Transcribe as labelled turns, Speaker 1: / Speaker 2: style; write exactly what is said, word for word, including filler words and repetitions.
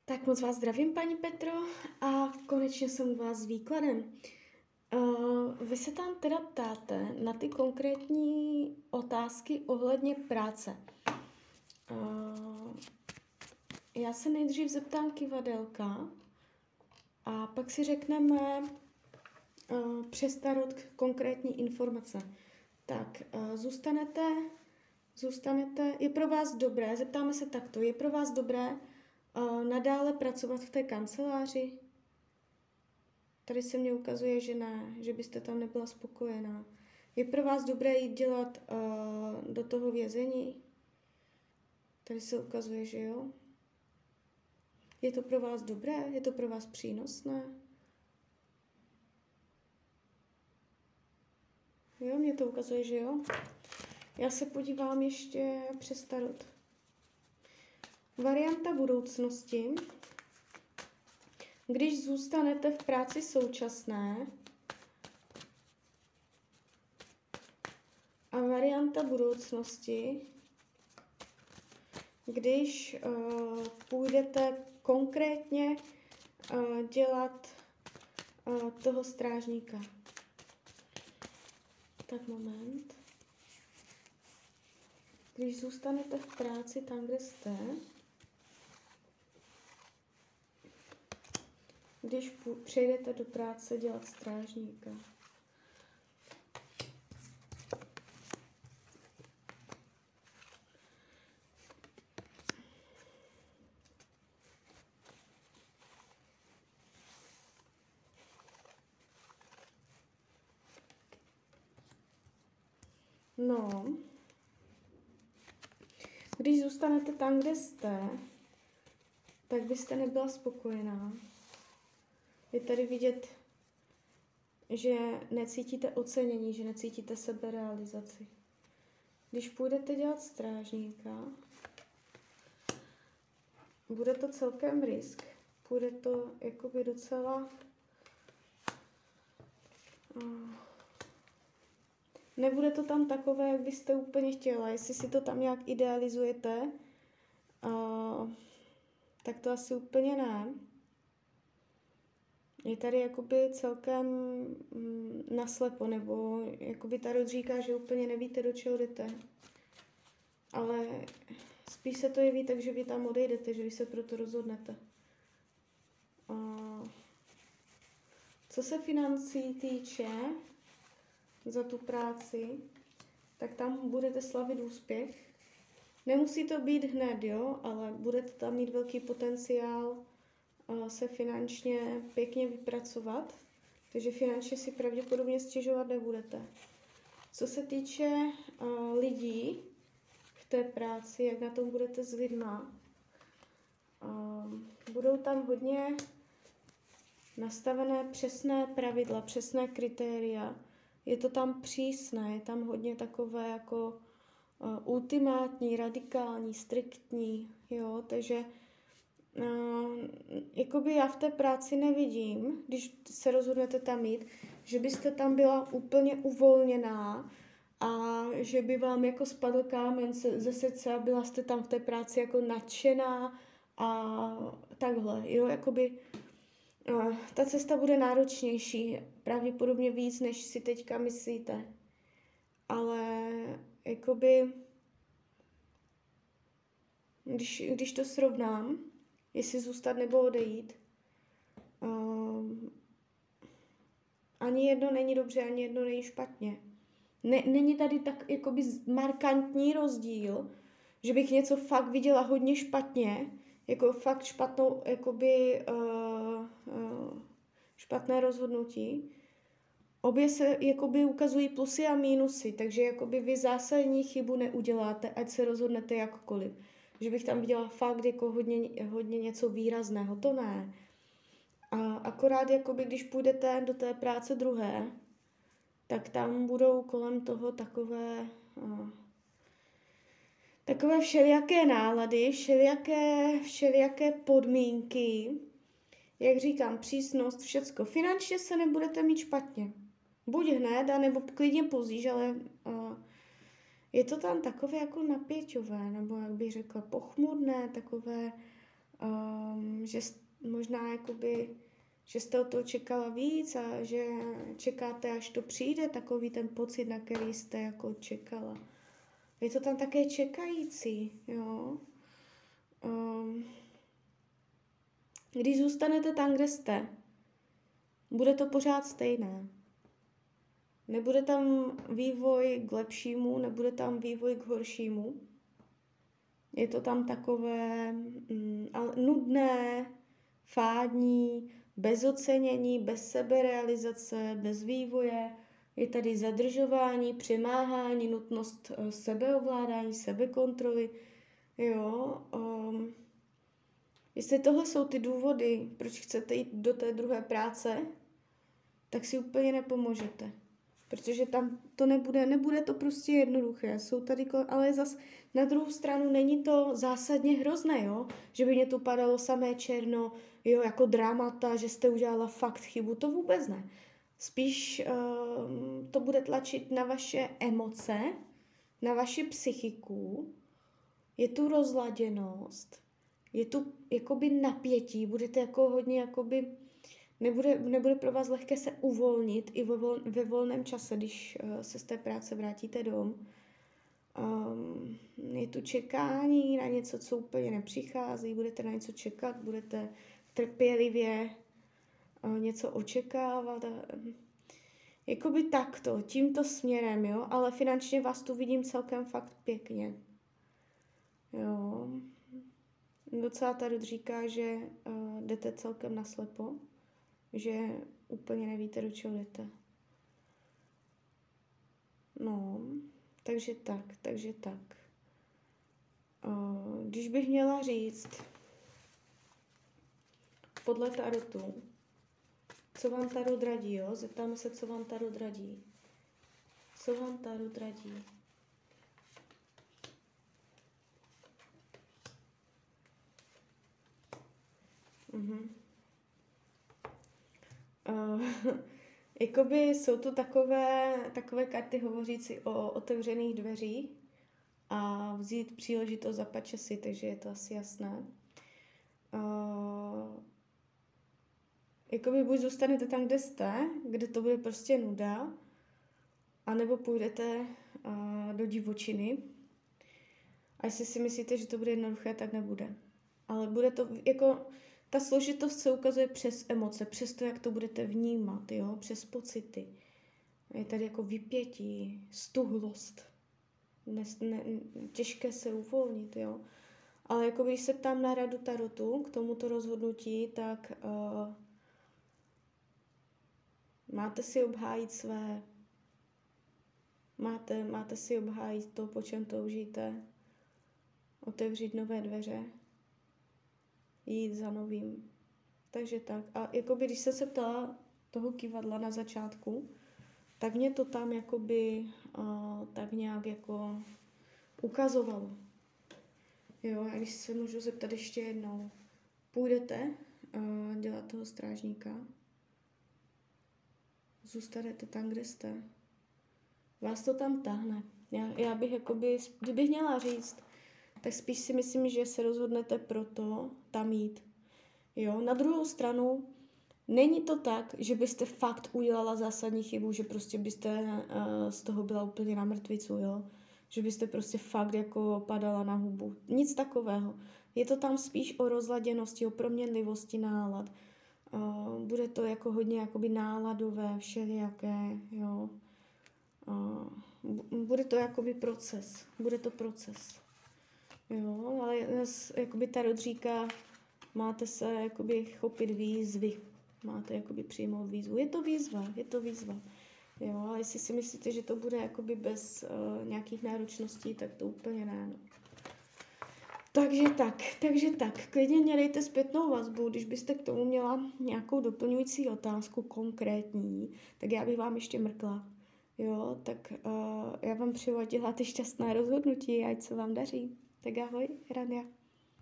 Speaker 1: Tak moc vás zdravím, paní Petro, a konečně jsem u vás s výkladem. Uh, vy se tam teda ptáte na ty konkrétní otázky ohledně práce. Uh, já se nejdřív zeptám kivadelka a pak si řekneme uh, přes tarot konkrétní informace. Tak, uh, zůstanete, zůstanete, je pro vás dobré, zeptáme se takto, je pro vás dobré Uh, nadále pracovat v té kanceláři? Tady se mně ukazuje, že ne, že byste tam nebyla spokojená. Je pro vás dobré jít dělat uh, do toho vězení? Tady se ukazuje, že jo. Je to pro vás dobré? Je to pro vás přínosné? Jo, mně to ukazuje, že jo. Já se podívám ještě přes tarot. Varianta budoucnosti. Když zůstanete v práci současné a varianta budoucnosti, když uh, půjdete konkrétně uh, dělat uh, toho strážníka. Tak moment. Když zůstanete v práci tam, kde jste, když přejdete do práce dělat strážníka. No, když zůstanete tam, kde jste, tak byste nebyla spokojená. Je tady vidět, že necítíte ocenění, že necítíte seberealizaci. Když půjdete dělat strážníka, bude to celkem risk. Bude to jakoby docela... Nebude to tam takové, jak byste úplně chtěla. Jestli si to tam nějak idealizujete, tak to asi úplně ne. Je tady jakoby celkem mm, naslepo, nebo jakoby tarot říká, že úplně nevíte, do čeho jdete. Ale spíš se to jeví tak, že vy tam odejdete, že vy se proto rozhodnete. A co se financí týče za tu práci, tak tam budete slavit úspěch. Nemusí to být hned, jo, ale budete tam mít velký potenciál se finančně pěkně vypracovat, takže finančně si pravděpodobně stěžovat nebudete. Co se týče uh, lidí v té práci, jak na tom budete s lidma, uh, budou tam hodně nastavené přesné pravidla, přesné kritéria. Je to tam přísné, je tam hodně takové jako uh, ultimátní, radikální, striktní, jo, takže Uh, jakoby já v té práci nevidím, když se rozhodnete tam jít, že byste tam byla úplně uvolněná a že by vám jako spadl kámen ze srdce a byla jste tam v té práci jako nadšená a takhle, jo, jakoby uh, ta cesta bude náročnější, pravděpodobně víc, než si teďka myslíte, ale jakoby když, když to srovnám, jestli zůstat nebo odejít. Um, ani jedno není dobře, ani jedno není špatně. Ne, není tady tak jakoby markantní rozdíl, že bych něco fakt viděla hodně špatně, jako fakt špatnou, jakoby uh, uh, špatné rozhodnutí. Obě se jakoby ukazují plusy a mínusy, takže jakoby vy zásadní chybu neuděláte, ať se rozhodnete jakkoliv. Že bych tam viděla fakt jako hodně, hodně něco výrazného, to ne. A akorát jakoby, když půjdete do té práce druhé, tak tam budou kolem toho takové, uh, takové všelijaké nálady, všelijaké, všelijaké podmínky, jak říkám, přísnost, všecko. Finančně se nebudete mít špatně. Buď hned, anebo klidně později, ale... Uh, je to tam takové jako napěťové, nebo jak bych řekla, pochmurné, takové um, že možná jakoby, že jste o to čekala víc a že čekáte, až to přijde, takový ten pocit, na který jste jako čekala. Je to tam také čekající, jo. Um, když zůstanete tam, kde jste, bude to pořád stejné. Nebude tam vývoj k lepšímu, nebude tam vývoj k horšímu. Je to tam takové mm, nudné, fádní, bez ocenění, bez seberealizace, bez vývoje. Je tady zadržování, přemáhání, nutnost uh, sebeovládání, sebekontroly. Jo, um, jestli tohle jsou ty důvody, proč chcete jít do té druhé práce, tak si úplně nepomůžete. Protože tam to nebude, nebude to prostě jednoduché. Jsou tady, ale zas na druhou stranu není to zásadně hrozné, jo? Že by mě tu padalo samé černo, jo, jako dramata, že jste udělala fakt chybu, to vůbec ne. Spíš um, to bude tlačit na vaše emoce, na vaši psychiku, je tu rozladěnost, je tu jakoby napětí, budete jako hodně jakoby, nebude, nebude pro vás lehké se uvolnit i ve, vol, ve volném čase, když uh, se z té práce vrátíte domů. Um, je tu čekání na něco, co úplně nepřichází, budete na něco čekat, budete trpělivě uh, něco očekávat. A, um, jakoby takto, tímto směrem, jo, ale finančně vás tu vidím celkem fakt pěkně. Jo. Docela Tarot říká, že uh, jdete celkem naslepo, že úplně nevíte, do čeho jdete. No, takže tak, takže tak. Uh, když bych měla říct podle Tarotu, co vám Tarot radí, jo? Zeptáme se, co vám Tarot radí. Co vám Tarot radí? Mhm. Uh, jakoby jsou to takové, takové karty hovořící o otevřených dveřích a vzít příležitost za pačesy, takže je to asi jasné. Uh, jakoby buď zůstanete tam, kde jste, kde to bude prostě nuda, anebo půjdete uh, do divočiny. A jestli si myslíte, že to bude jednoduché, tak nebude. Ale bude to jako... Ta složitost se ukazuje přes emoce, přes to, jak to budete vnímat, jo? Přes pocity. Je tady jako vypětí, stuhlost. Ne, ne, těžké se uvolnit, jo? Ale jako když se ptám na radu Tarotu k tomuto rozhodnutí, tak uh, máte si obhájit své, máte, máte si obhájit to, po čem toužíte, otevřít nové dveře, jít za novým. Takže tak. A jakoby, když jsem se ptala toho kývadla na začátku, tak mě to tam jakoby uh, tak nějak jako ukazovalo. Jo, a když se můžu zeptat ještě jednou, půjdete uh, dělat toho strážníka? Zůstanete tam, kde jste? Vás to tam tahne. Já, já bych jakoby, kdybych měla říct, tak spíš si myslím, že se rozhodnete pro to tam jít. Jo, na druhou stranu, není to tak, že byste fakt udělala zásadní chybu, že prostě byste uh, z toho byla úplně na mrtvicu, jo. Že byste prostě fakt jako padala na hubu. Nic takového. Je to tam spíš o rozladěnosti, o proměnlivosti nálad. Uh, bude to jako hodně jakoby náladové, všelijaké, jo. Uh, bude to jakoby proces. Bude to proces. Jo, ale jakoby Tarot říká, máte se jakoby chopit výzvy. Máte jakoby přijmout výzvu. Je to výzva, je to výzva. Jo, ale jestli si myslíte, že to bude jakoby bez uh, nějakých náročností, tak to úplně ne. No. Takže tak, takže tak. Klidně mě dejte zpětnou vazbu, když byste k tomu měla nějakou doplňující otázku konkrétní, tak já bych vám ještě mrkla. Jo, tak uh, já vám přeju, ať děláte šťastné rozhodnutí, ať se vám daří. Tak ahoj, Rania.